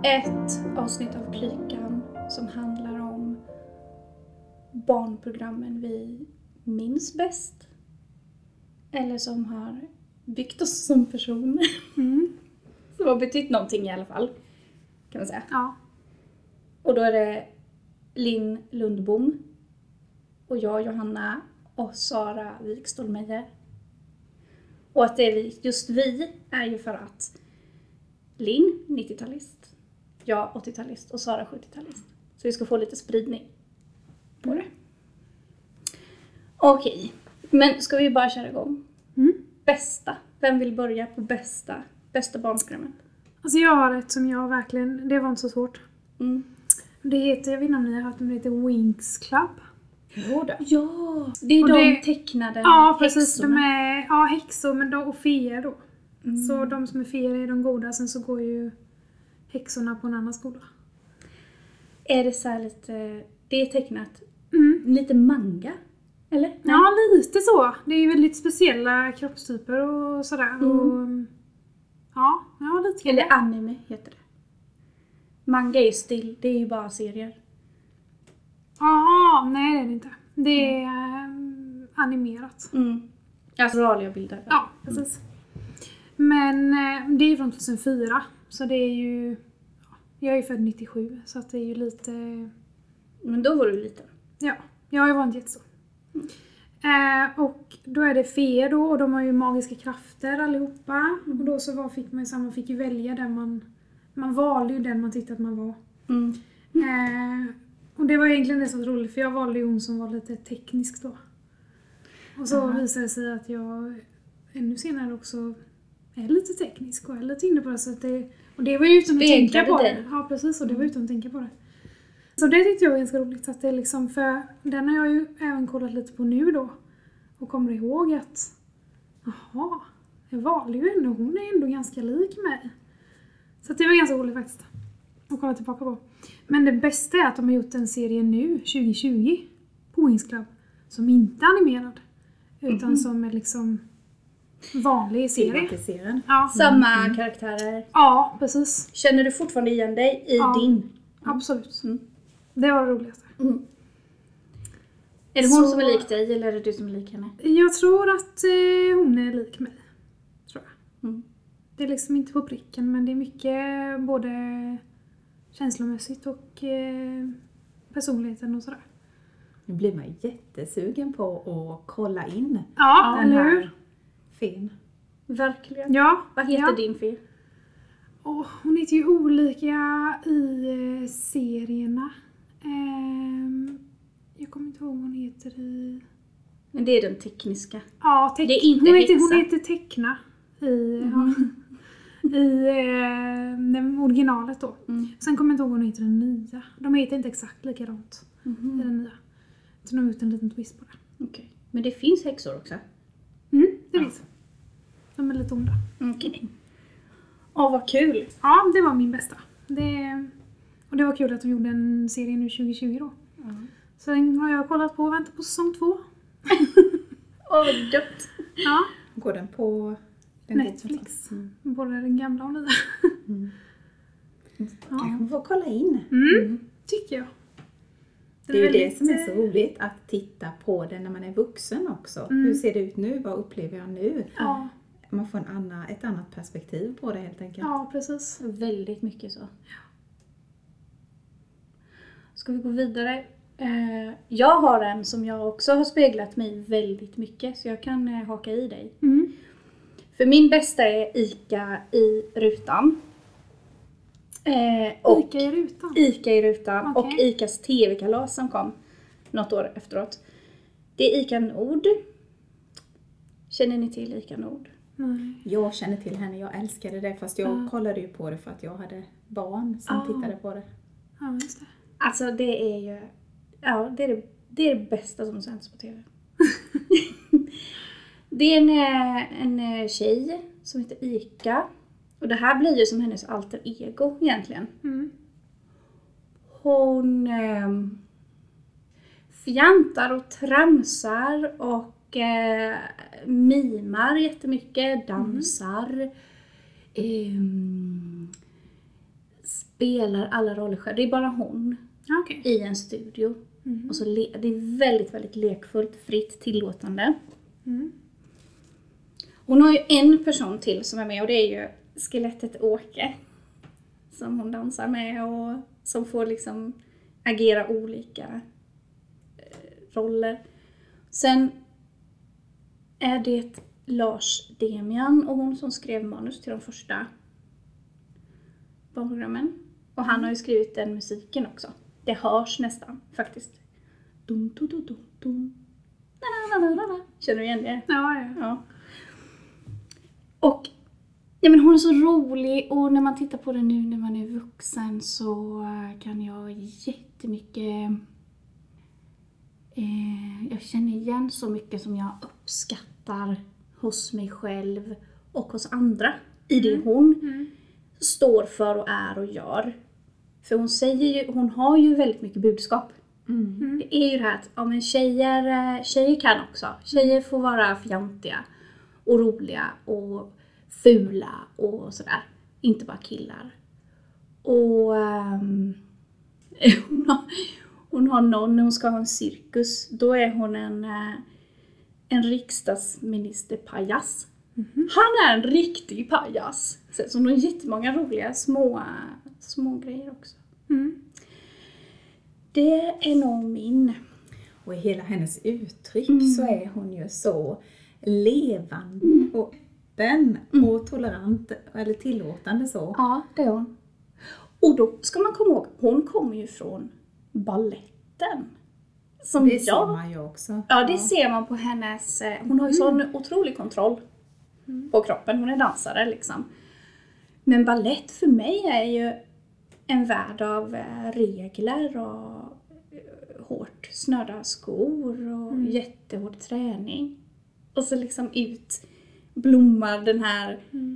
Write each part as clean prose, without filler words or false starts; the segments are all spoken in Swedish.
ett avsnitt av Krykan som handlar om barnprogrammen vi minns bäst. Eller som har byggt oss som personer. Som har betytt någonting i alla fall. Kan man säga. Ja. Och då är det Linn Lundbom. Och jag, Johanna och Sara Wikstål-Meyer. Och att det är just vi är ju för att Linn, 90-talist. Jag, 80-talist och Sara, 70-talist. Så vi ska få lite spridning på det. Okej, men ska vi bara köra igång? Bästa. Vem vill börja på bästa barnprogrammet? Alltså jag har ett som jag verkligen, det var inte så svårt. Det heter, jag vet inte om ni har hört om det heter Winx Club. Ja, det är och de tecknade ja, precis, häxorna. de är häxor men och feer då. Så de som är feer är de goda, sen så går ju häxorna på en annan skola. Är det så här lite, det är tecknat lite manga, eller? Ja, lite så. Det är ju väldigt speciella kroppstyper och sådär. Och, ja, lite. Eller anime heter det. Manga är ju still, det är ju bara serier. Jaha, nej det är det inte. Det är animerat. Alltså rörliga bilder. Ja, precis. Men det är ju från 2004. Så det är ju... Jag är ju född 97, så att det är ju lite... Men då var du liten. Ja, jag var inte jättestor. Och då är det feer då, och de har ju magiska krafter allihopa. Och då så fick man fick ju välja den man valde ju den man tyckte att man var. Och det var egentligen det som var roligt, för jag valde ju hon som var lite teknisk då. Och så visade det sig att jag ännu senare också är lite teknisk och är lite inne på det. Så att och det var ju utan att tänka på det. Ja, precis, och det var utan att tänka på det. Så det tyckte jag var ganska roligt, att det är liksom, för den har jag ju även kollat lite på nu då. Och kommer ihåg att, jag valde ju ändå, hon är ändå ganska lik mig. Så det var ganska roligt faktiskt att kolla tillbaka på. Men det bästa är att de har gjort en serie nu, 2020, på Winx Club, som inte är animerad. Utan som är liksom vanlig serie. Ja. Samma karaktärer. Ja, precis. Känner du fortfarande igen dig i din? Absolut. Det var det roligaste. Är det hon som är lik dig eller är det du som är lik henne? Jag tror att hon är lik mig. Tror jag. Det är liksom inte på pricken, men det är mycket både känslomässigt och personligheten och sådär. Nu blir man jättesugen på att kolla in den här fin. Verkligen. Ja. Vad heter din fe? Hon heter ju olika i serierna. Jag kommer inte ihåg vad hon heter i... Men det är den tekniska. Ja, det är inte hon heter Teckna i den originalet då. Sen kommer jag inte ihåg vad hon heter den nya. De heter inte exakt likadant i den nya. Så de har gjort en liten twist på det. Okej. Men det finns häxor också? Det finns. De är lite onda. Okej. Vad kul. Ja, det var min bästa. Och det var kul att de gjorde en serie nu 2020 då. Så den har jag kollat på och väntar på säsong 2. Vad gött. Ja. Går den på Netflix. Både den gamla och nya. Kanske får kolla in. Tycker jag. Det är ju det som är så roligt, att titta på det när man är vuxen också. Hur ser det ut nu? Vad upplever jag nu? Ja. Man får ett annat perspektiv på det helt enkelt. Ja, precis. Väldigt mycket så. Ska vi gå vidare? Jag har en som jag också har speglat mig väldigt mycket, så jag kan haka i dig. För min bästa är Ica i rutan. Ica i rutan? Ica i rutan. Okay. Och Icas tv-kalas som kom något år efteråt. Det är Ica Nord. Känner ni till Ica Nord? Nej. Jag känner till henne, jag älskade det. Fast jag kollade ju på det för att jag hade barn som tittade på det. Ja, just det. Alltså det är ju... Ja, det är det bästa som sänds på tv. Det är en tjej som heter Ica. Och det här blir ju som hennes alter ego egentligen. Hon fjantar och tramsar och mimar jättemycket, dansar. spelar alla roller själv. Det är bara hon Okej. i en studio. Mm. Och så det är väldigt, väldigt lekfullt, fritt, tillåtande. Mm. Hon har ju en person till som är med och det är ju skelettet Åke. Som hon dansar med och som får liksom agera olika roller. Sen är det Lars Demian och hon som skrev manus till de första barnprogrammen. Och han har ju skrivit den musiken också. Det hörs nästan faktiskt. Dum, dum, dum, dum, dum. Na, na, na, na, na. Känner du igen det? Ja. Ja. Och ja, men hon är så rolig och när man tittar på det nu när man är vuxen så kan jag jättemycket jag känner igen så mycket som jag uppskattar hos mig själv och hos andra i det hon står för och är och gör. För hon har ju väldigt mycket budskap. Det är ju det här att ja, men tjejer kan också. Tjejer får vara fjantiga och roliga och fula och sådär. Inte bara killar. Och hon har någon, när hon ska ha en cirkus, då är hon en riksdagsministerpajas. Han är en riktig pajas. Så hon har jättemånga roliga små grejer också. Det är nog min. Och i hela hennes uttryck så är hon ju så levande och öppen och tolerant eller tillåtande så. Ja, det är hon. Och då ska man komma ihåg, hon kommer ju från balletten. Som Det ser man ju också. Ja, det ser man på hennes. Hon har ju sån otrolig kontroll på kroppen. Hon är dansare liksom. Men ballett för mig är ju en värld av regler och hårt snörda skor och jättehård träning. Och så liksom blommar den här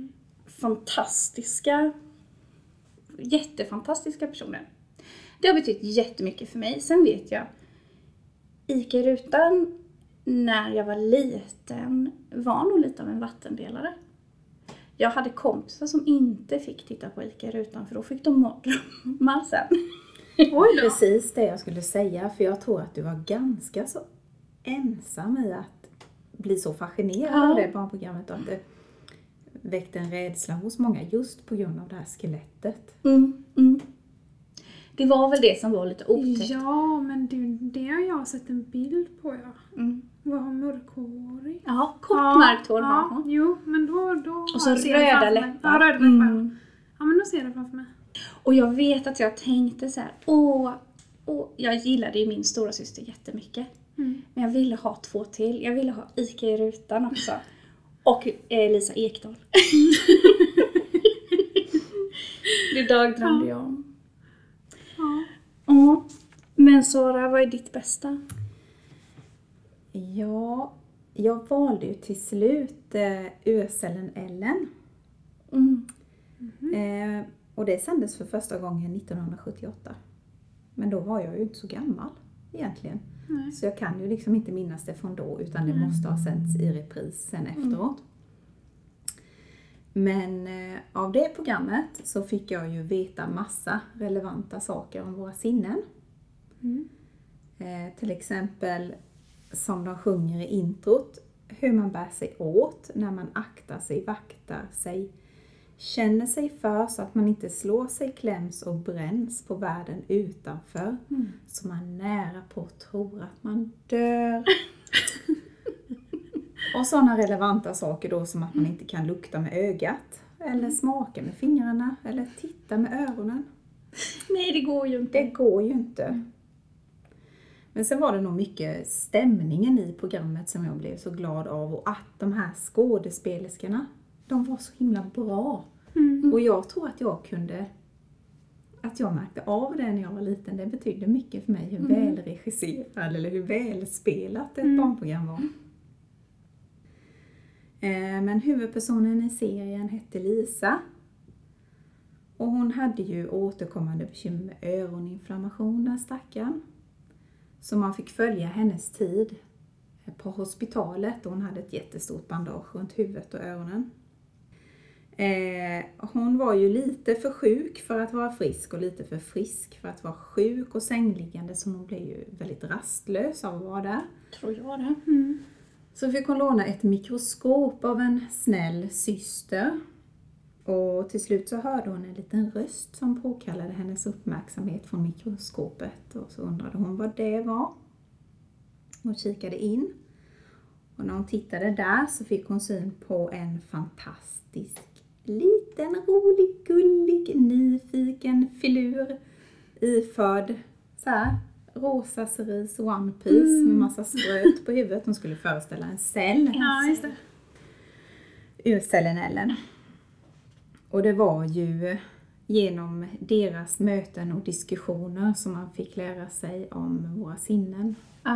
jättefantastiska personen. Det har betytt jättemycket för mig. Sen vet jag, ICA-rutan när jag var liten var nog lite av en vattendelare. Jag hade kompisar som inte fick titta på ICA-rutan för då fick de mardrömmar sen. Oj, precis det jag skulle säga, för jag tror att du var ganska så ensam i att bli så fascinerad av det barnprogrammet och att det väckte en rädsla hos många just på grund av det här skelettet. Det var väl det som var lite otäckt. Ja, men det har jag sett en bild på, ja. Var hon mörkhårig? Ja, kort mörkt hår har hon. Jo, men då och så röda läppar. Ja, röda läppar. Ja, men då ser jag det framför mig. Och jag vet att jag tänkte så här, jag gillade ju min stora syster jättemycket. Men jag ville ha 2 till. Jag ville ha Ica i rutan också. Och Lisa Ekdahl. Det dagdrömde jag om. Ja. Men Sara, vad är ditt bästa? Ja, jag valde ju till slut Öselen Ellen. Och det sändes för första gången 1978. Men då var jag ju inte så gammal egentligen. Nej. Så jag kan ju liksom inte minnas det från då, utan det måste ha sänts i repris sen efteråt. Men av det programmet så fick jag ju veta massa relevanta saker om våra sinnen. Till exempel som de sjunger i introt, hur man bär sig åt när man aktar sig, vaktar sig, känner sig för så att man inte slår sig, kläms och bränns på världen utanför. Så man nära på tror att man dör. Och sådana relevanta saker då som att man inte kan lukta med ögat. Eller smaka med fingrarna. Eller titta med öronen. Nej, det går ju inte. Det går ju inte. Men sen var det nog mycket stämningen i programmet som jag blev så glad av. Och att de här skådespelerskorna, de var så himla bra. Och jag tror att jag märkte av det när jag var liten. Det betydde mycket för mig hur välregisserad eller hur välspelat ett barnprogram var. Men huvudpersonen i serien hette Lisa. Och hon hade ju återkommande bekymmer med öroninflammation, den stackaren. Så man fick följa hennes tid på hospitalet och hon hade ett jättestort bandage runt huvudet och öronen. Hon var ju lite för sjuk för att vara frisk och lite för frisk för att vara sjuk och sängliggande, så hon blev ju väldigt rastlös av att vara där. Tror jag det. Så fick hon låna ett mikroskop av en snäll syster. Och till slut så hörde hon en liten röst som påkallade hennes uppmärksamhet från mikroskopet. Och så undrade hon vad det var. Hon kikade in. Och när hon tittade där så fick hon syn på en fantastisk, liten, rolig, gullig, nyfiken filur. Iförd så här, rosa cerise One Piece med massa spröt på huvudet. Hon skulle föreställa en cell. Ja, just det. Ursellenellen. Och det var ju genom deras möten och diskussioner som man fick lära sig om våra sinnen.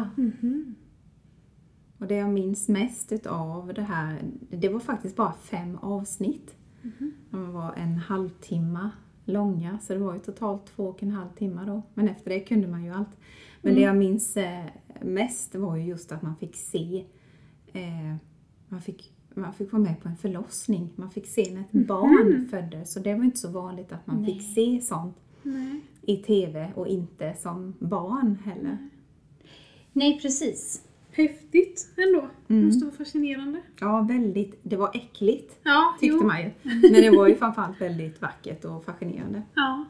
Och det jag minns mest av det här, det var faktiskt bara 5 avsnitt. De var 1,5 timme långa, så det var ju totalt 2,5 timmar då. Men efter det kunde man ju allt. Men det jag minns mest var ju just att man fick se, man fick vara med på en förlossning. Man fick se när ett barn föddes. Så det var inte så vanligt att man fick se sånt i tv och inte som barn heller. Nej, precis. Häftigt ändå. Måste vara fascinerande. Ja, väldigt. Det var äckligt, Ja, tyckte man ju. Men det var ju framförallt väldigt vackert och fascinerande. Ja.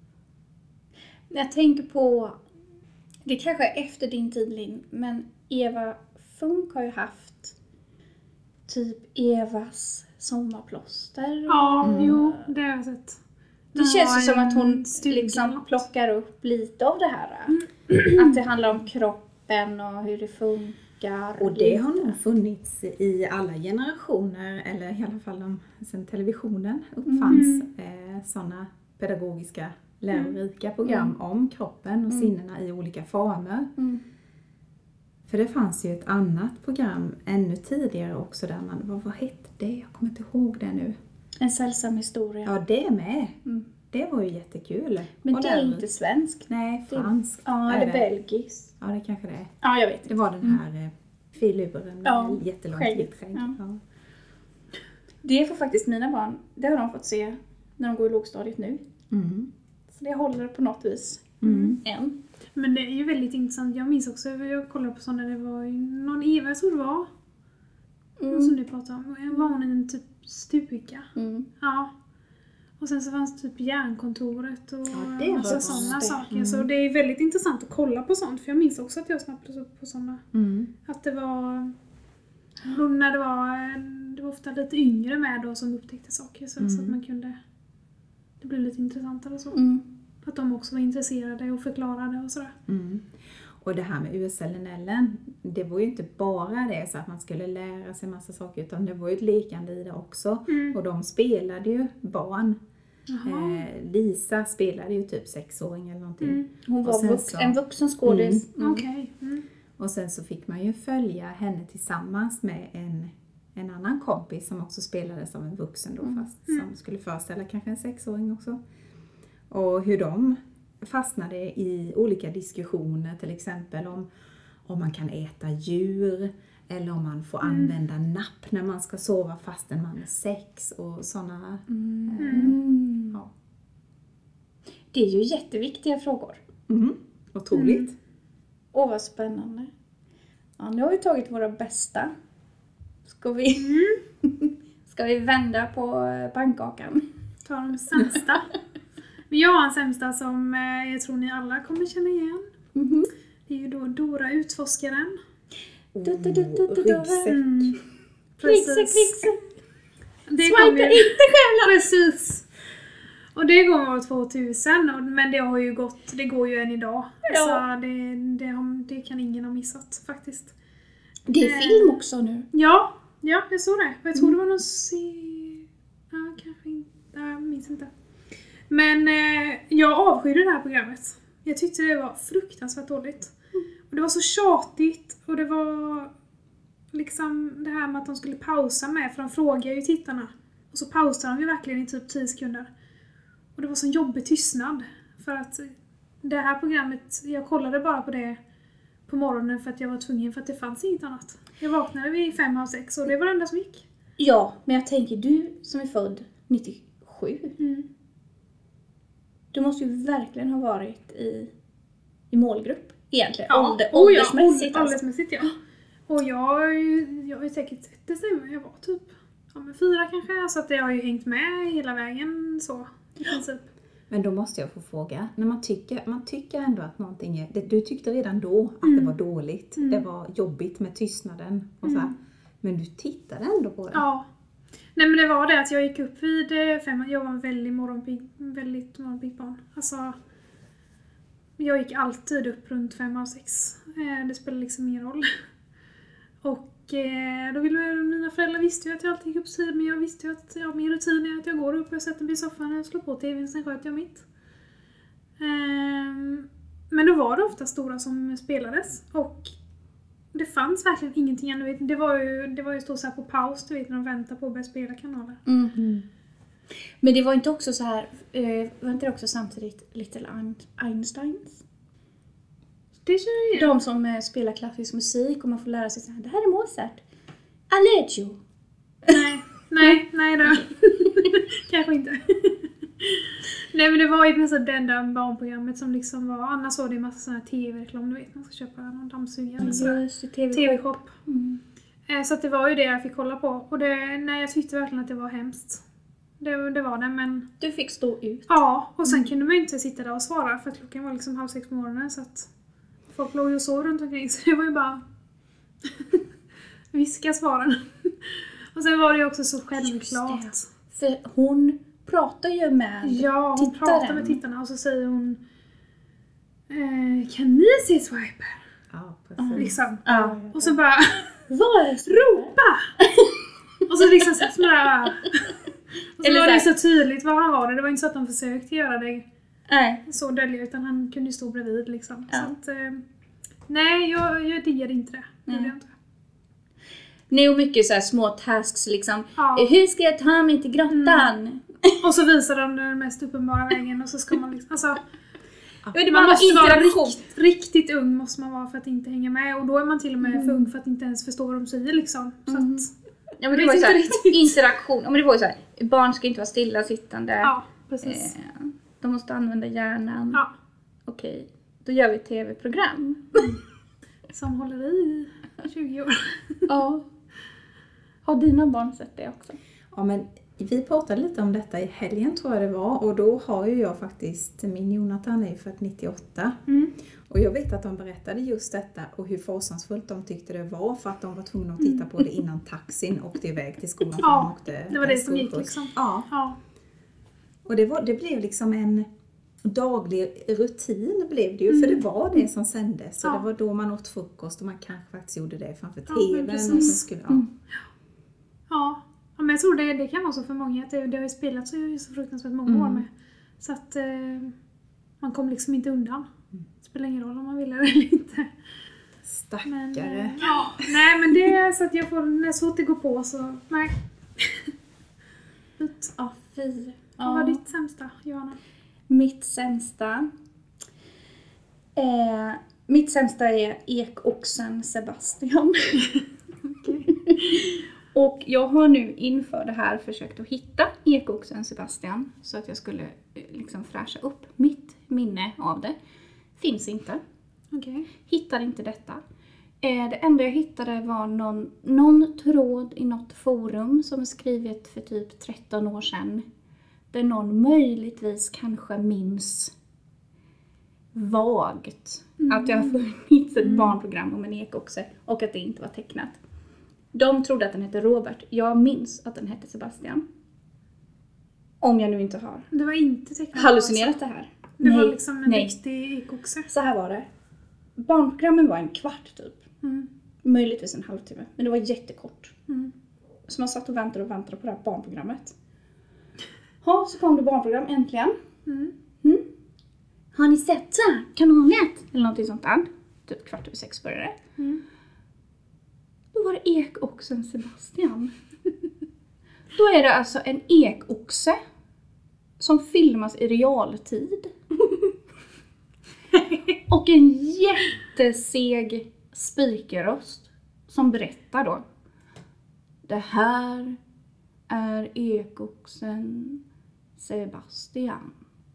Jag tänker på, det kanske är efter din tid, Linn, men Eva Funk har ju haft typ Evas sommarplåster. Ja, jo, det har jag sett. Det känns ju som att hon stuga liksom plockar upp lite av det här. Att det handlar om kroppen och hur det funkar. Och det har nog funnits i alla generationer, eller i alla fall sen televisionen uppfanns sådana pedagogiska, lärorika program om kroppen och sinnena i olika former. För det fanns ju ett annat program ännu tidigare också där man, vad hette det? Jag kommer inte ihåg det nu. En sällsam historia. Ja, det med. Det var ju jättekul. Men och det är inte svenskt. Nej, franskt. Ja, eller belgiskt. Ja, det kanske det är. Ja, jag vet inte. Det var den här filuren med jättelångt skägget. vitt skägg. Ja. Ja. Det får faktiskt mina barn, det har de fått se när de går i lågstadiet nu. Så det håller på något vis. Än. Men det är ju väldigt intressant. Jag minns också, jag kollade på sådana, det var ju någon Eva, jag tror det var. Som du pratade om. Var hon i en typ stuga? Ja. Och sen så fanns typ järnkontoret och massa sådana saker. Så det är väldigt intressant att kolla på sånt. För jag minns också att jag snappade upp på sådana. Att det var, när det var ofta lite yngre med då som upptäckte saker. Så att man kunde, det blev lite intressantare så. Att de också var intresserade och förklarade och sådär. Och det här med ursellenellen, det var ju inte bara det så att man skulle lära sig massa saker, utan det var ju ett lekande i det också. Och de spelade ju barn. Lisa spelade ju typ 6-åring eller någonting. Hon var en vuxen skådis. Okej. Och sen så fick man ju följa henne tillsammans med en annan kompis som också spelade som en vuxen då, fast som skulle föreställa kanske en 6-åring också. Och hur de fastnade i olika diskussioner, till exempel om man kan äta djur eller om man får använda napp när man ska sova fastän man är 6 och sådana. Ja. Det är ju jätteviktiga frågor. Otroligt. Åh, vad spännande. Ja, nu har vi tagit våra bästa. Ska vi vända på pannkakan? Ta de sämsta. Men jag har en sämsta som jag tror ni alla kommer känna igen. Det är ju då Dora Utforskaren. Ryggsäck. Ryggsäck. Swipa inte själv! Precis. Och det går år 2000, men det har ju gått, det går ju än idag. Ja. Så det kan ingen ha missat faktiskt. Det är film också nu. Ja, jag såg det. Jag tror det var någon kanske inte, jag minns inte. Men jag avskydde det här programmet. Jag tyckte det var fruktansvärt dåligt. Och det var så tjatigt. Och det var liksom det här med att de skulle pausa med. För de frågar ju tittarna. Och så pausade de ju verkligen i typ 10 sekunder. Och det var så jobbig tystnad. För att det här programmet, jag kollade bara på det på morgonen för att jag var tvungen. För att det fanns inget annat. Jag vaknade vid 5:30 och det var det enda som gick. Ja, men jag tänker du som är född 97. Mm. Du måste ju verkligen ha varit i målgrupp egentligen. Ja, Åldersmässigt. Alltså. Åldersmässigt, ja. Och jag har ju säkert sett det sen jag var typ 4 kanske. Så att jag har ju hängt med hela vägen så i princip. Men då måste jag få fråga, när man tycker ändå att någonting är, du tyckte redan då att det var dåligt, det var jobbigt med tystnaden och så här. Men du tittade ändå på det. Ja. Nej men det var det att jag gick upp vid 5, jag var en väldigt morgonpigg barn. Alltså, jag gick alltid upp runt 5-6. Det spelade liksom ingen roll. Och då ville mina föräldrar visste ju att jag alltid gick upp tid, men jag visste ju att min rutin är att jag går upp och sätter mig i soffan och slår på tvn, sen sköter jag mitt. Men då var det ofta stora som spelades och det fanns verkligen ingenting annat. Det var ju stå så här på paus, du vet, när de väntar på att börja spela kanaler. Men det var inte också så här, var inte det också samtidigt Little Einsteins? Det känner jag igen. De som spelar klassisk musik och man får lära sig så här, det här är Mozart. Allegio. Nej då. Kanske inte. Nej men det var ju princip det enda barnprogrammet som liksom var, annars var det en massa sån här tv-reklam, du vet, man ska köpa någon dammsugare eller sådär. TV-shop. Så att det var ju det jag fick kolla på. Och jag tyckte verkligen att det var hemskt. Det var det, men... Du fick stå ut. Ja, och sen kunde man ju inte sitta där och svara för att klockan var liksom 5:30 på morgonen, så att folk låg ju och sov runt omkring, så det var ju bara viska svaren. Och sen var det ju också så självklart. För hon pratar ju med Ja, hon pratar med tittarna och så säger hon kan ni se Swiper? Ja, precis. Liksom. Ja. Och så bara Var ropa! Och så liksom så där. Och så Eller var det så så tydligt vad han var. Det var inte så att de försökte göra det Nej. så dölja, utan han kunde ju stå bredvid liksom. Ja. Så att, nej, jag diggar inte det. Det gjorde jag inte. Nej, och mycket så här små tasks liksom. Ja. Hur ska jag ta mig till grottan? Och så visar de den mest uppenbara vägen och så ska man liksom, alltså, Det man måste vara interaktion. riktigt ung måste man vara för att inte hänga med, och då är man till och med för ung för att inte ens förstå vad de säger liksom. Så att, Ja, men det var ju så här, interaktion. Ja, men det var ju så här, barn ska inte vara stillasittande. ja, precis. De måste använda hjärnan. Ja, Okej, då gör vi ett tv-program. som håller i 20 år. Ja. Har dina barn sett det också? Ja, men vi pratade lite om detta i helgen tror jag det var, och då har ju jag faktiskt, min Jonathan är född 98. Och jag vet att de berättade just detta och hur fasansfullt de tyckte det var, för att de var tvungna att titta på det innan taxin åkte iväg till skolan. Ja, det var det som gick liksom. Ja. Och det blev liksom en daglig rutin blev det ju, för det var det som sändes. Så det var då man åt frukost och man kanske faktiskt gjorde det framför tvn. Och så skulle, Ja, men jag tror det kan vara så för många att det har ju spelat så fruktansvärt många år med. Så att man kommer liksom inte undan. Det spelar ingen roll om man vill eller inte. Stackare. Men, nej men det är så att jag får, när så det går på så, nej. Ut. Ja, fy. Vad var ditt sämsta, Johanna? Mitt sämsta är ekoxen Sebastian. Och jag har nu inför det här försökt att hitta ekoxen Sebastian så att jag skulle liksom fräscha upp mitt minne av det. Finns inte. Okej. Hittar inte detta. Det enda jag hittade var någon tråd i något forum som är skrivet för typ 13 år sedan. Där någon möjligtvis kanske minns vagt att det har funnits ett barnprogram om en ekoxe och att det inte var tecknat. De trodde att den hette Robert. Jag minns att den hette Sebastian. Om jag nu inte har Det var inte tecknat. hallucinerat det här. Det var liksom en riktig ekoxe. Så här var det. Barnprogrammen var en kvart typ. Möjligtvis en halvtimme. Men det var jättekort. Så man satt och väntade på det här barnprogrammet. Ja, så kom det barnprogram äntligen. Har ni sett så här? Kanalet? Eller någonting sånt där. Typ 5:15 började det. Då var det ekoxen Sebastian. Då är det alltså en ekoxe som filmas i realtid. Och en jätteseg speakerröst som berättar då. Det här är ekoxen Sebastian.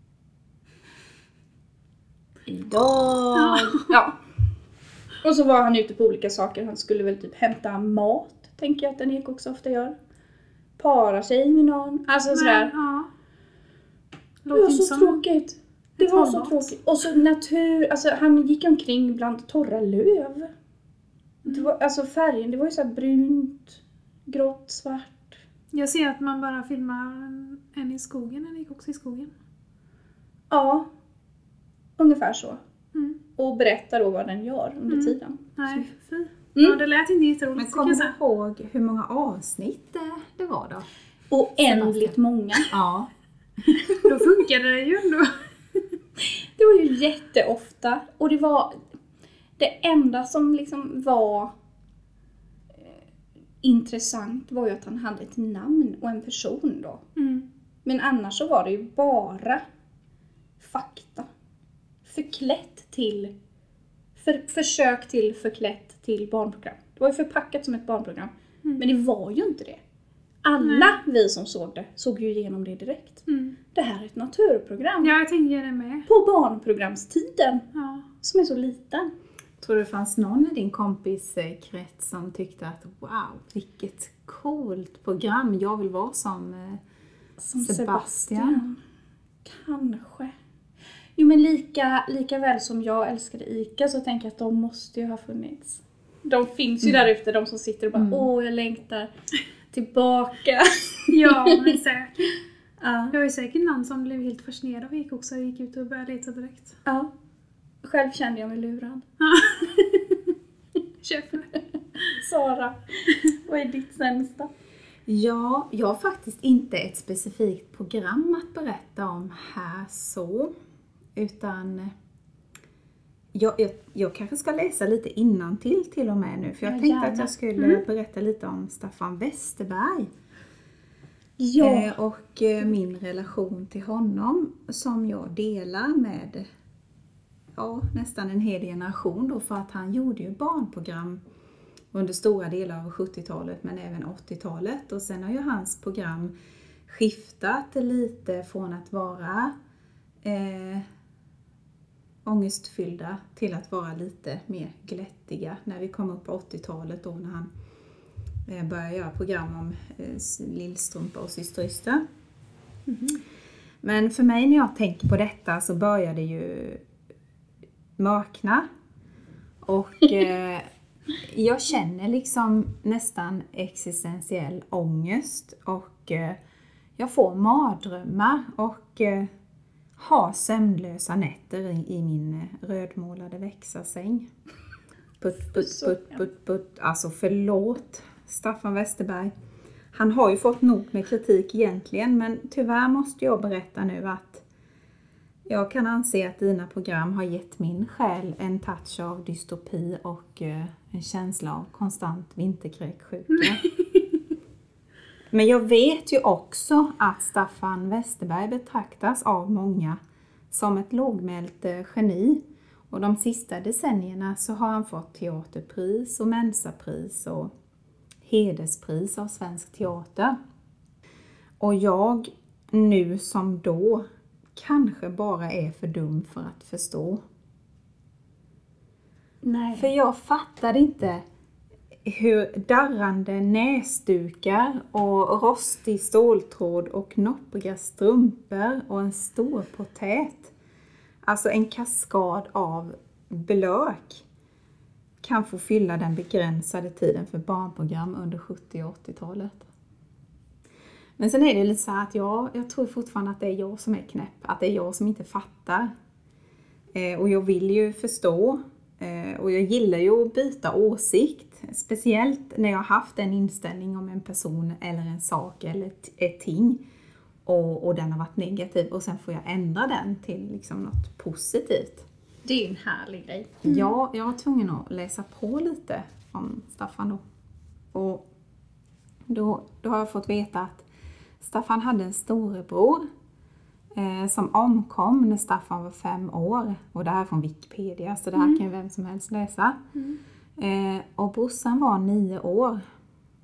Idag. Ja. Och så var han ute på olika saker. Han skulle väl typ hämta mat, tänker jag att en ekox ofta gör. Para sig med någon. Alltså sådär. Ja. Det var så tråkigt. Det var så tråkigt. Och så natur, alltså han gick omkring bland torra löv. Det var, alltså färgen, det var ju så här brunt, grått, svart. Jag ser att man bara filmar en i skogen, en ekox i skogen. Ja, ungefär så. Mm. Och berättar då vad den gör under tiden. Nej, fy. Ja, det lät inte jätteroligt. Men kommer du ihåg hur många avsnitt det var då? Oändligt många. Ja. Då funkade det ju ändå. Det var ju jätteofta. Och det var det enda som liksom var intressant var ju att han hade ett namn och en person då. Mm. Men annars så var det ju bara fakta. Förklätt till försök till förklätt till barnprogram. Det var ju förpackat som ett barnprogram. Men det var ju inte det. Alla vi som såg ju igenom det direkt. Mm. Det här är ett naturprogram. Ja, jag tänker det med. På barnprogramstiden. Ja. Som är så liten. Tror du det fanns någon i din kompis krets som tyckte att wow, vilket coolt program. Jag vill vara som Sebastian. Kanske. Jo, men lika väl som jag älskade Ica så tänker jag att de måste ju ha funnits. De finns ju där ute, de som sitter och bara jag längtar tillbaka. Ja, men säkert. Ja. Det var ju säkert någon som blev helt fascinerad av ekoxar och gick ut och började leta direkt. Ja. Själv kände jag mig lurad. Köper det. Sara, vad är ditt sämsta? Ja, jag har faktiskt inte ett specifikt program att berätta om här så. Utan jag kanske ska läsa lite innantill till och med nu. För jag tänkte att jag skulle berätta lite om Staffan Westerberg. Ja. Och min relation till honom som jag delar med nästan en hel generation då. För att han gjorde ju barnprogram under stora delar av 70-talet men även 80-talet. Och sen har ju hans program skiftat lite från att vara ångestfyllda till att vara lite mer glättiga. När vi kom upp på 80-talet då när han började göra program om Lillstrumpa och Syster. Men för mig när jag tänker på detta så börjar det ju mörkna. Och jag känner liksom nästan existentiell ångest. Och jag får mardrömmar och har sömnlösa nätter i min rödmålade växarsäng. Putt. Alltså förlåt Staffan Westerberg. Han har ju fått nog med kritik egentligen. Men tyvärr måste jag berätta nu att jag kan anse att dina program har gett min själ en touch av dystopi och en känsla av konstant vinterkräksjuka. Men jag vet ju också att Staffan Westerberg betraktas av många som ett lågmält geni. Och de sista decennierna så har han fått teaterpris och mensapris och hederspris av svensk teater. Och jag nu som då kanske bara är för dum för att förstå. Nej. För jag fattade inte hur darrande näsdukar och rostig ståltråd och knoppriga strumpor och en stor potät, alltså en kaskad av blök, kan få fylla den begränsade tiden för barnprogram under 70- och 80-talet. Men sen är det lite så här att jag tror fortfarande att det är jag som är knäpp, att det är jag som inte fattar. Och jag vill ju förstå. Och jag gillar ju att byta åsikt. Speciellt när jag har haft en inställning om en person eller en sak eller ett ting. Och den har varit negativ. Och sen får jag ändra den till liksom något positivt. Det är ju en härlig grej. Ja, jag var tvungen att läsa på lite om Staffan då. Och då har jag fått veta att Staffan hade en storebror som omkom när Staffan var 5 år. Och det här är från Wikipedia, så det här kan ju vem som helst läsa. Och brorsan var 9 år.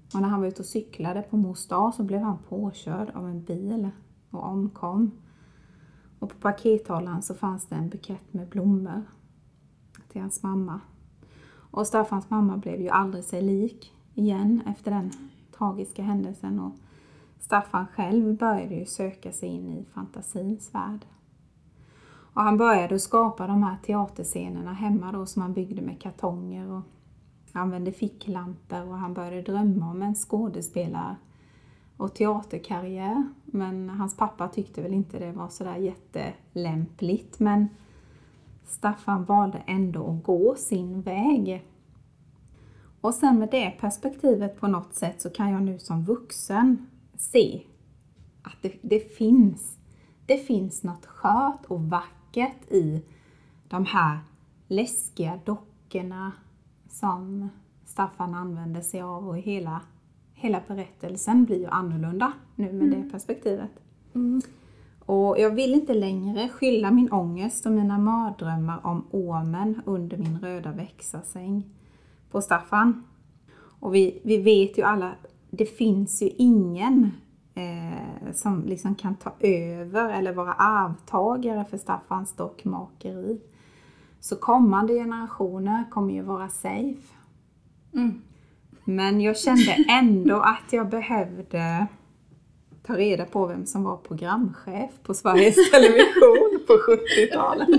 Och när han var ute och cyklade på mors dag så blev han påkörd av en bil och omkom. Och på pakethållaren så fanns det en bukett med blommor till hans mamma. Och Staffans mamma blev ju aldrig sig lik igen efter den tragiska händelsen. Och Staffan själv började ju söka sig in i fantasins värld. Och han började skapa de här teaterscenerna hemma då som han byggde med kartonger och använde ficklampor. Och han började drömma om en skådespelare och teaterkarriär. Men hans pappa tyckte väl inte det var sådär jättelämpligt. Men Staffan valde ändå att gå sin väg. Och sen med det perspektivet på något sätt så kan jag nu som vuxen se att det finns något skört och vackert i de här läskiga dockorna som Staffan använder sig av. Och hela berättelsen blir ju annorlunda nu med det perspektivet. Mm. Och jag vill inte längre skylla min ångest och mina mardrömmar om ormen under min röda växarsäng på Staffan. Och vi vet ju alla, det finns ju ingen som liksom kan ta över eller vara arvtagare för Staffans dockmakeri. Så kommande generationer kommer ju vara safe. Mm. Men jag kände ändå att jag behövde ta reda på vem som var programchef på Sveriges Television på 70-talet.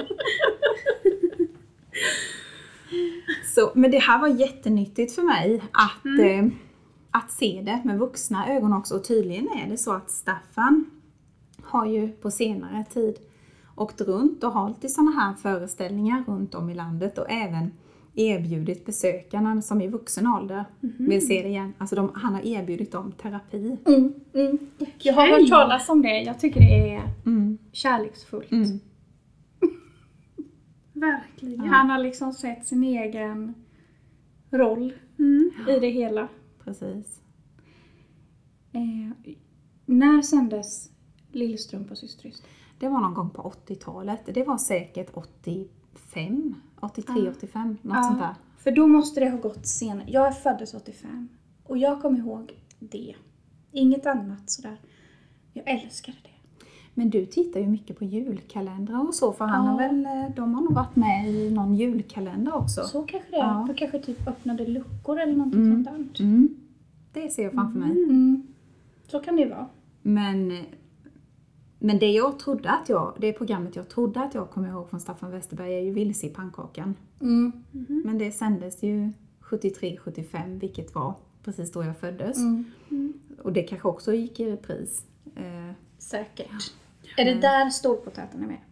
Men det här var jättenyttigt för mig att se det med vuxna ögon också. Och tydligen är det så att Staffan har ju på senare tid åkt runt och hållit i sådana här föreställningar runt om i landet. Och även erbjudit besökarna som i vuxen ålder vill se det igen. Alltså han har erbjudit dem terapi. Jag har hört talas om det. Jag tycker det är kärleksfullt. Verkligen. Han har liksom sett sin egen roll i det hela. Precis. När sändes Lillstrump och Systerist? Det var någon gång på 80-talet. Det var säkert 85, 83, 85, något sånt där. För då måste det ha gått senare. Jag är föddes 85 och jag kommer ihåg det. Inget annat sådär. Jag älskade det. Men du tittar ju mycket på julkalendrar och så, för de har nog varit med i någon julkalender också. Så kanske det är. Ja. De kanske typ öppnade luckor eller någonting sånt där. Det ser jag framför mig. Så kan det vara. Men det programmet jag trodde att jag kommer ihåg från Staffan Westerberg är ju Vilse i pannkakan. Men det sändes ju 73-75, vilket var precis då jag föddes. Och det kanske också gick i repris. Säkert. Är det där Storpotäten är med?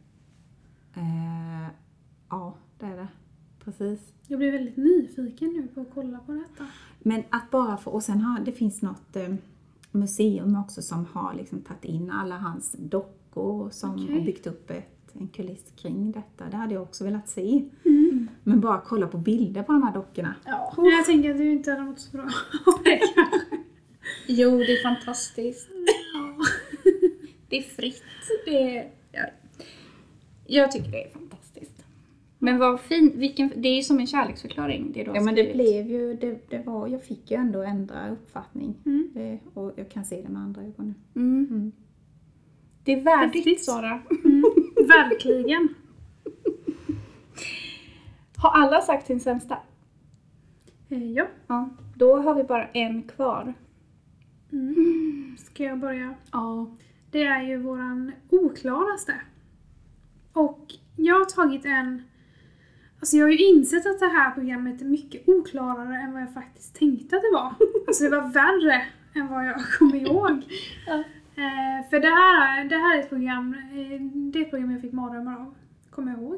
Ja, det är det. Precis. Jag blir väldigt nyfiken nu på att kolla på detta. Men att bara och sen det finns något museum också som har liksom tagit in alla hans dockor som har byggt upp en kuliss kring detta. Det hade jag också velat se. Men bara kolla på bilder på de här dockorna. Ja. Jag tänker att du inte hade något så bra. Jo, det är fantastiskt. Det är fritt. Jag tycker det är fantastiskt. Men vad fint. Det är ju som en kärleksförklaring. Det men det blev ju, jag fick ju ändå ändra uppfattning. Och jag kan se det med andra ögon nu. Det är värdigt, Sara. Verkligen. Har alla sagt sin sämsta? Ja. Då har vi bara en kvar. Ska jag börja? Ja. Det är ju våran oklaraste. Och jag har tagit alltså jag har ju insett att det här programmet är mycket oklarare än vad jag faktiskt tänkte att det var. Alltså det var värre än vad jag kom ihåg. För det här är ett program, det är ett program jag fick mardrömmar av, kommer jag ihåg.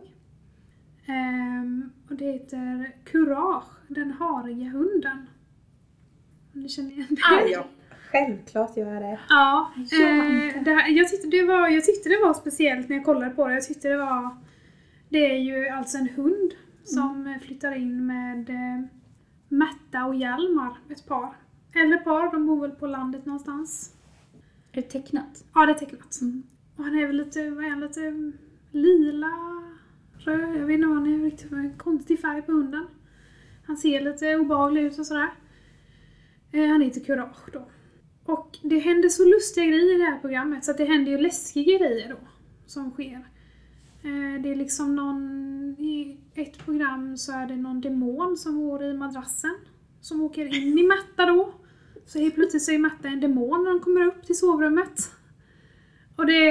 Och det heter Courage, den hariga hunden. Om ni känner igen det? Ja, självklart gör jag det. Ja, jag tyckte det var speciellt när jag kollade på det. Jag tyckte det är ju alltså en hund som flyttar in med Märta och Hjalmar, ett par. Eller par, de bor väl på landet någonstans. Är det tecknat? Ja, det är tecknat. Och han är väl lite lila, röd. Jag vet inte vad han är, riktigt konstig färg på hunden. Han ser lite obehaglig ut och sådär. Han heter Courage då. Och det händer så lustiga grejer i det här programmet så att det händer ju läskiga grejer då som sker. Det är liksom i ett program så är det någon demon som går i madrassen som åker in i Märta då. Så helt plötsligt så är Märta en demon när de kommer upp till sovrummet. Och det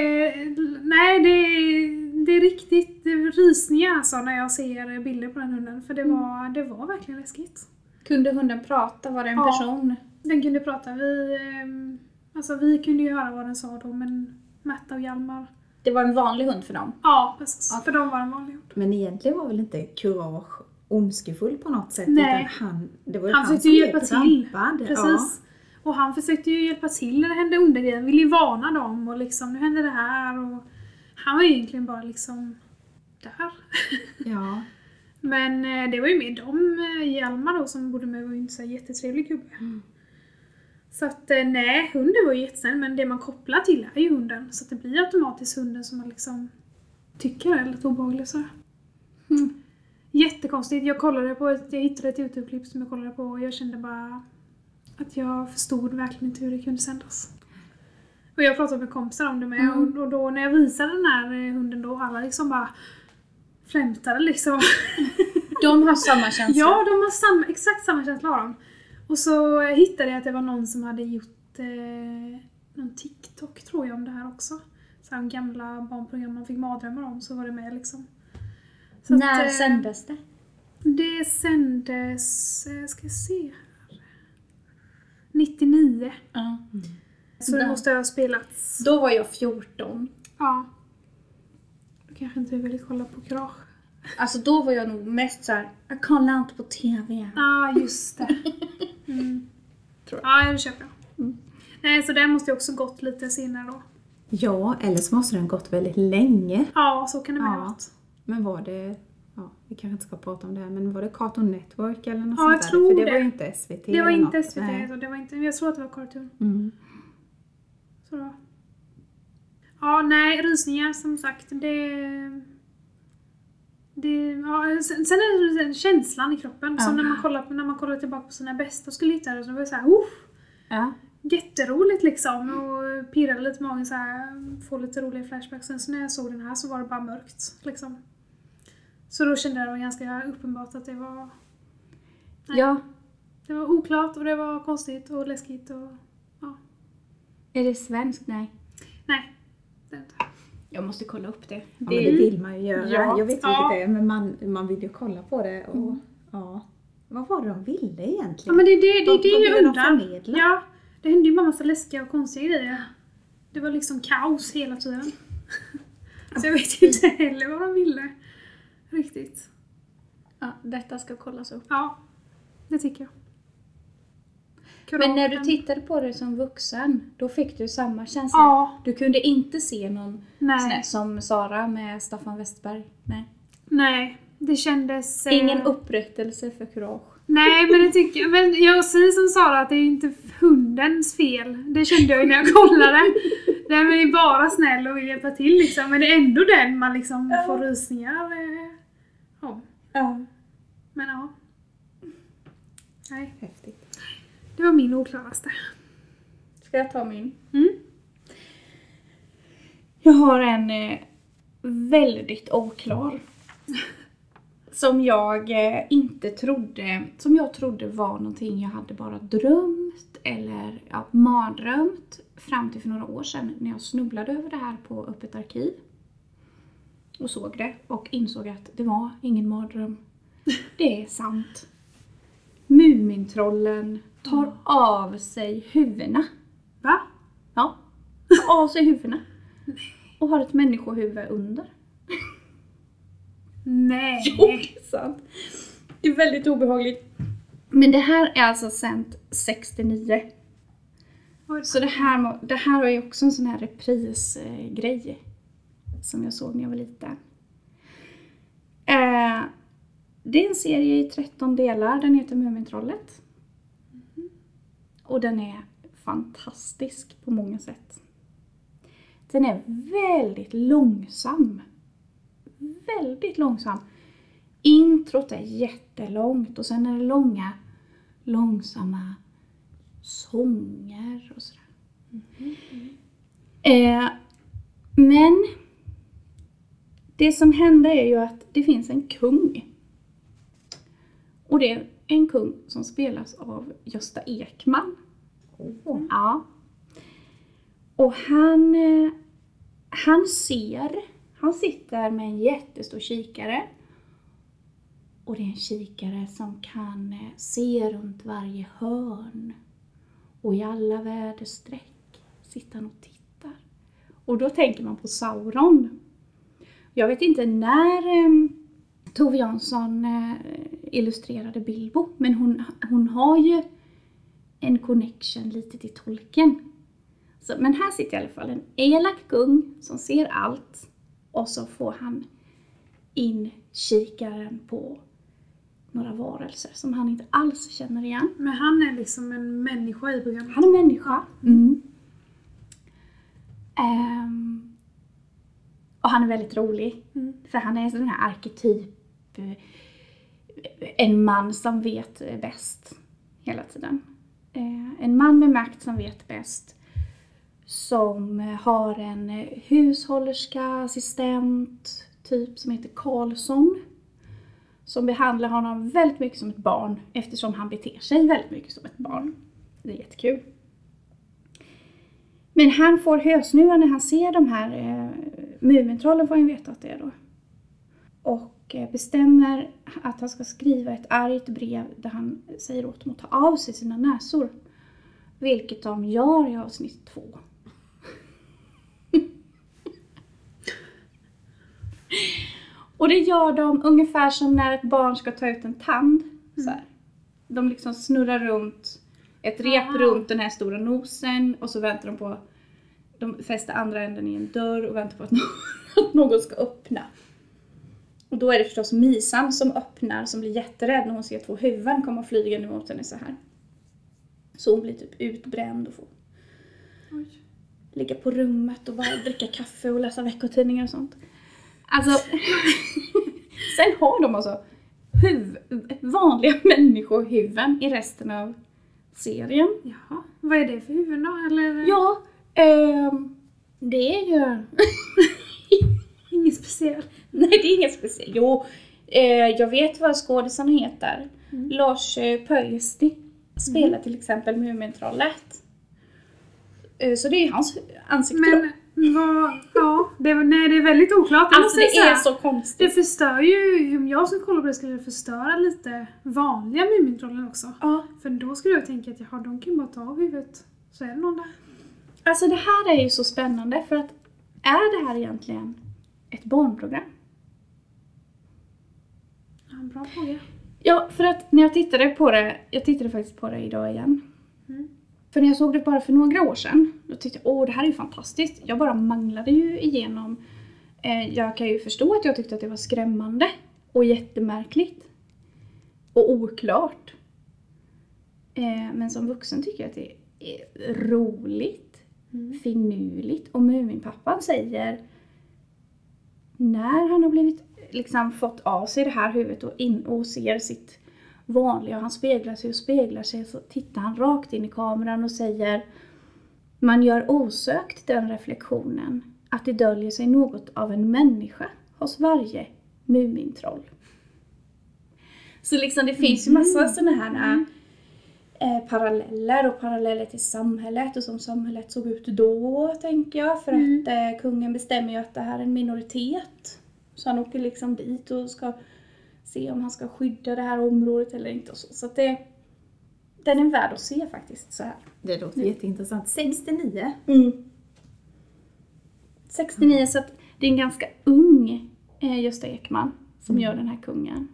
är riktigt rysningar alltså när jag ser bilder på den hunden. För det var verkligen läskigt. Kunde hunden prata? Var det en person? Den kunde prata. Vi kunde ju höra vad den sa då, men Märta och Hjalmar. Det var en vanlig hund för dem? Ja, precis. För de var en vanlig hund. Men egentligen var väl inte Courage ondskefull på något sätt? Nej. Utan det var ju Han han försökte som ju hjälpa till. trampad. Precis. Ja. Och han försökte ju hjälpa till när det hände onda grejer. Han ville ju varna dem och liksom, nu hände det här. Och han var egentligen bara liksom där. Ja. Men det var ju med dem, Hjalmar då, som bodde med, var ju inte så jättetrevlig gubbe. Mm. Så att nej, hunden var ju jättesnäll, men det man kopplar till är ju hunden. Så att det blir automatiskt hunden som man liksom tycker är lite obehaglig så. Jättekonstigt. Jag hittade ett YouTube-klipp som jag kollade på och jag kände bara att jag förstod verkligen inte hur det kunde sändas. Och jag pratade med kompisar om det med och då när jag visade den här hunden då, alla liksom bara flämtade liksom. De har samma känsla? Ja, de har exakt samma känsla av dem. Och så hittade jag att det var någon som hade gjort någon TikTok tror jag om det här också. Så här gamla barnprogram man fick mardrömmar om, så var det med liksom. Så när sändes det? Det sändes, ska jag se här, 99. Ja. Så det måste ha spelats. Då var jag 14. Ja. Då kanske inte ville kolla på Courage. Alltså då var jag nog mest så här, jag kollar inte på TV. Ja, just det. Tror jag. Ja, det köper jag. Nej, så den måste ju också gått lite senare då. Ja, eller så måste den gått väldigt länge. Ja, så kan det vara. Ja. Men var det, vi kanske inte ska prata om det här, men var det Cartoon Network eller något Ja, sånt jag där? tror För det det. var ju inte SVT. Det var eller inte något. SVT, Nej. så det var inte, jag tror att det var Cartoon. Så då. Ja, nej, rysningar som sagt, sen är det den känslan i kroppen. Som när man kollar tillbaka på sina bästa och skulle hitta det, så var det så här, Ja. jätteroligt liksom. Och pirrade lite i magen så här, få lite roliga flashbacks. Sen så när jag såg den här så var det bara mörkt liksom. Så då kände jag det var ganska uppenbart att det var... Nej. Ja. Det var oklart och det var konstigt och läskigt och... Ja. Är det svenskt? Nej. Nej, det är inte. Jag måste kolla upp det. Ja, men det vill man ju göra. Ja. Jag vet inte vilket det är, men man vill ju kolla på det. Och, vad var det de ville egentligen? Ja, men det är det Vad jag ville de undrar. förmedla? Ja, det hände ju bara massa läskiga och konstiga grejer. Det var liksom kaos hela tiden. Så jag vet inte heller vad de ville. Riktigt. Ja, detta ska kollas upp. Ja, det tycker jag. Men när du tittade på det som vuxen, då fick du samma känsla. Ja. Du kunde inte se någon Nej. sån här som Sara med Staffan Westerberg. Nej, det kändes... Ingen upprättelse för Courage. Nej, men det tycker jag. Men jag säger som Sara att det är inte hundens fel. Det kände jag ju när jag kollade. Den är bara snäll och vill hjälpa till liksom. Men det är ändå den man liksom får rysningar om. Ja. Men ja. Nej, Häftigt. det var min oklaraste. Ska jag ta min? Mm. Jag har en väldigt oklar. Som jag inte trodde, som jag trodde var någonting jag hade bara drömt eller mardrömt fram till för några år sedan när jag snubblade över det här på Öppet arkiv. Och såg det och insåg att det var ingen mardröm. Det är sant. Mumintrollen tar av sig huvudena. Va? Ja, tar av sig huvudena. Och har ett människohuvud under. Nej. Jo, det är sant. Det är väldigt obehagligt. Men det här är alltså sänt 69. Så det här var ju också en sån här reprisgrej som jag såg när jag var liten. Det är en serie i 13 delar. Den heter Mumintrollet. Och den är fantastisk på många sätt. Den är väldigt långsam. Väldigt långsam. Introt är jättelångt och sen är det långa, långsamma sånger och sådär. Men det som händer är ju att det finns en kung. Och det är en kung som spelas av Gösta Ekman. Ja. Och han sitter med en jättestor kikare. Och det är en kikare som kan se runt varje hörn. Och i alla väderstreck sitter han och tittar. Och då tänker man på Sauron. Jag vet inte när Tove Jansson illustrerade Bilbo. Men hon har ju en connection lite till Tolkien. Så, men här sitter i alla fall en elak kung som ser allt. Och så får han in kikaren på några varelser som han inte alls känner igen. Men han är liksom en människa i programmet. Han är människa. Och han är väldigt rolig. För han är den här arketyp. En man som vet bäst hela tiden. En man med makt som vet bäst. Som har en hushållerska, assistent typ som heter Karlsson. Som behandlar honom väldigt mycket som ett barn. Eftersom han beter sig väldigt mycket som ett barn. Det är jättekul. Men han får hösnuva när han ser de här Mumintrollen, får han veta att det är då. Och bestämmer att han ska skriva ett argt brev där han säger åt dem att ta av sig sina näsor. Vilket de gör i avsnitt 2. Och det gör de ungefär som när ett barn ska ta ut en tand. Så här. De liksom snurrar runt ett rep runt den här stora nosen. Och så väntar de på, de fäster andra änden i en dörr och väntar på att någon ska öppna. Och då är det förstås Misan som öppnar, som blir jätterädd när hon ser 2 huvuden komma flygande mot henne så här. Så hon blir typ utbränd och får ligga på rummet och bara dricka kaffe och läsa veckotidningar och sånt. Alltså, sen har de alltså vanliga människohuvuden i resten av serien. Jaha, vad är det för huvuden då? Eller? Ja, det är ju... Inget speciellt. Nej, det är inget speciellt. Jo, jag vet vad skådisarna heter. Lars Pöysti spelar till exempel Mumintrollet. Så det är ju hans ansikte då. Det är väldigt oklart. Alltså det är så konstigt. Det förstör ju, om jag skulle kolla på det skulle det förstöra lite vanliga Mumintrollen också. Ja. För då skulle jag tänka att de kan bara ta av huvudet. Så är det någon där. Alltså det här är ju så spännande för att är det här egentligen ett barnprogram? Ja, bra fråga. Ja, för att när jag tittade faktiskt på det idag igen. För när jag såg det bara för några år sedan, då tyckte jag, det här är ju fantastiskt. Jag bara manglade ju igenom. Jag kan ju förstå att jag tyckte att det var skrämmande och jättemärkligt. Och oklart. Men som vuxen tycker jag att det är roligt, finurligt. Och Muminpappan säger, när han har blivit liksom fått av sig det här huvudet och ser sitt vanliga, och han speglar sig så tittar han rakt in i kameran och säger, man gör osökt den reflektionen att det döljer sig något av en människa hos varje Mumintroll. Så liksom det finns ju massa sådana här paralleller till samhället och som samhället såg ut då, tänker jag, för att kungen bestämmer ju att det här är en minoritet. Så han åker liksom dit och ska se om han ska skydda det här området eller inte och så. Så att den är värd att se faktiskt så här. Det låter jätteintressant. 69. 69, så att det är en ganska ung Gösta Ekman som gör den här kungen.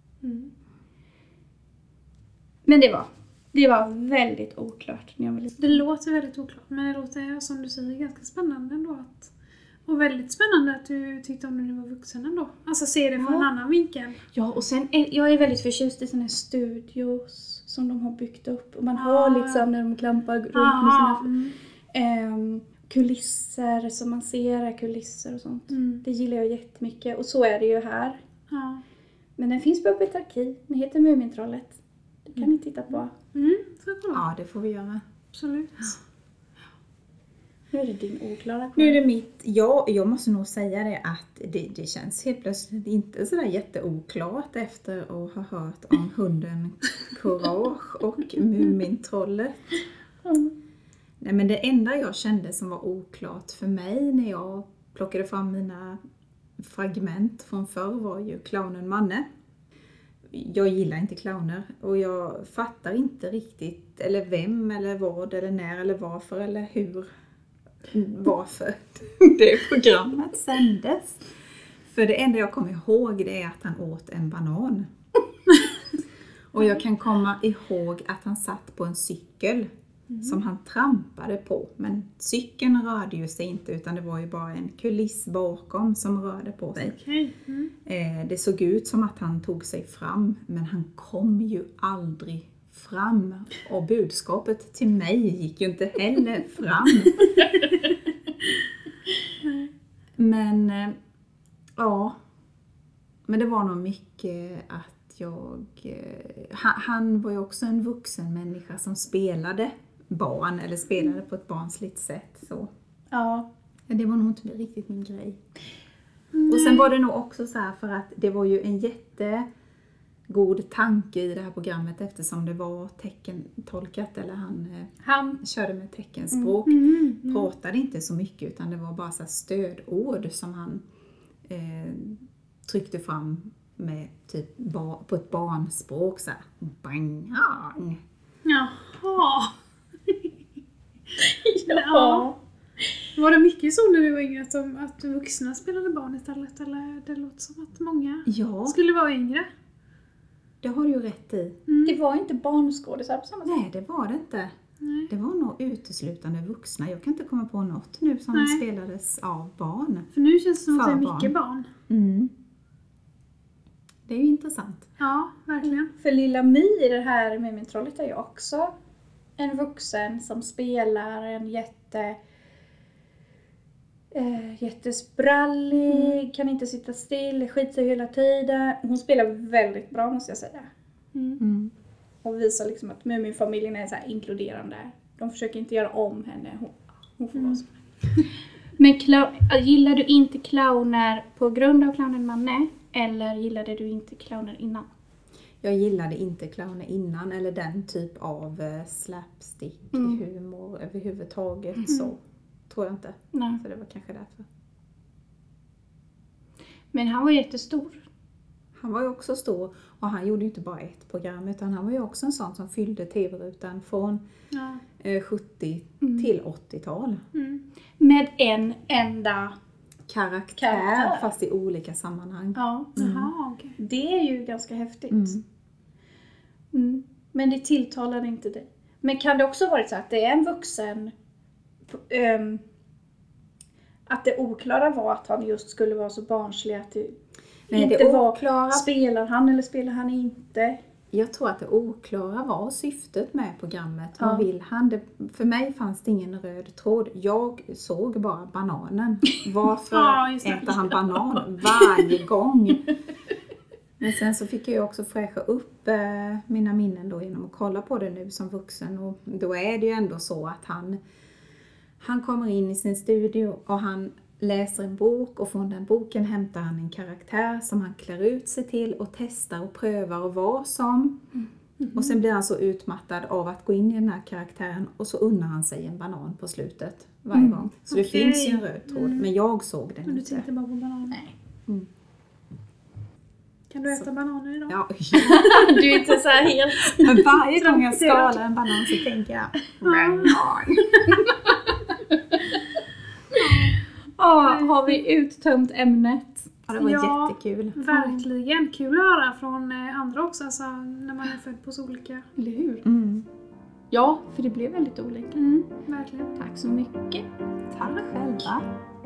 Men det var väldigt oklart när jag var liten. Det låter väldigt oklart, men det låter som du säger ganska spännande ändå. Och väldigt spännande att du tyckte om när du var vuxen ändå. Alltså se det från en annan vinkel. Ja, och sen jag är väldigt förtjust i sådana här studios som de har byggt upp. Och man har liksom när de klampar runt med sina kulisser som man ser, kulisser och sånt. Det gillar jag jättemycket. Och så är det ju här. Ja. Men den finns på ett arkiv. Den heter Mumintrollet. Det kan ni titta på. Ska jag kolla? Ja, det får vi göra. Absolut. Nu är det din oklara. Nu är det mitt. Jag måste nog säga det att det känns helt plötsligt inte sådär jätteoklart efter att ha hört om hunden Courage och Mumintrollet. Nej, men det enda jag kände som var oklart för mig när jag plockade fram mina fragment från förr var ju clownen Manne. Jag gillar inte clowner och jag fattar inte riktigt eller vem eller vad eller när eller varför eller varför det programmet sändes. För det enda jag kommer ihåg det är att han åt en banan. Och jag kan komma ihåg att han satt på en cykel som han trampade på. Men cykeln rörde ju sig inte utan det var ju bara en kuliss bakom som rörde på sig. Okej. Det såg ut som att han tog sig fram men han kom ju aldrig fram. Och budskapet till mig gick ju inte heller fram. Men ja, men det var nog mycket att han var ju också en vuxen människa som spelade barn eller spelade på ett barnsligt sätt. Så. Ja. Det var nog inte riktigt min grej. Och sen var det nog också så här för att det var ju en jättegod tanke i det här programmet eftersom det var teckentolkat eller han körde med teckenspråk. Pratade inte så mycket utan det var bara så här stödord som han tryckte fram med typ på ett barnspråk så här bang. Jaha. Ja. Var det mycket så när du var yngre att vuxna spelade barn istället? Eller det låter som att många skulle vara yngre? Det har du ju rätt i. Det var inte barnskådisar på samma sätt. Nej, det var det inte. Nej. Det var nog uteslutande vuxna. Jag kan inte komma på något nu som spelades av barn. För nu känns det som att det är För mycket barn. Det är ju intressant. Ja, verkligen. För lilla My i det här Mumintrollet är ju också en vuxen som spelar en jättesprallig, kan inte sitta still, skiter hela tiden. Hon spelar väldigt bra måste jag säga. Och visar liksom att Muminfamiljen är så här inkluderande. De försöker inte göra om henne. Hon får vara så. Men gillar du inte clowner på grund av clownen Manne? Eller gillade du inte clowner innan? Jag gillade inte clowner innan eller den typ av slapstick humor överhuvudtaget så tror jag inte. Nej. Så det var kanske därför. Men han var jättestor. Han var ju också stor och han gjorde ju inte bara ett program utan han var ju också en sån som fyllde tv-rutan från 70 till 80-tal. Med en enda Karaktär fast i olika sammanhang. Ja. Jaha, okej. Det är ju ganska häftigt. Men det tilltalade inte dig. Men kan det också vara så att det är en vuxen att det oklara var att han just skulle vara så barnslig att det inte var spelar han eller spelar han inte? Jag tror att det oklara var syftet med programmet. Vad vill han? För mig fanns det ingen röd tråd. Jag såg bara bananen. Varför äter han banan varje gång? Men sen så fick jag också fräscha upp mina minnen då genom att kolla på det nu som vuxen. Och då är det ju ändå så att han kommer in i sin studio och han läser en bok och från den boken hämtar han en karaktär som han klär ut sig till och testar och prövar och vara som. Och sen blir han så utmattad av att gå in i den här karaktären och så unnar han sig en banan på slutet varje gång. Så det finns ju en röd tråd, men jag såg den Men du inte. tänkte bara på bananer? Nej. Kan du äta bananer idag? Ja, Du är inte så här helt... men varje gång jag skalar en banan så tänker jag banan. Har vi uttömt ämnet? Ja, det var jättekul. Verkligen. Kul att höra från andra också, alltså, när man är född på så olika. Eller hur? Ja, för det blev väldigt olika. Verkligen. Tack så mycket. Tack själva.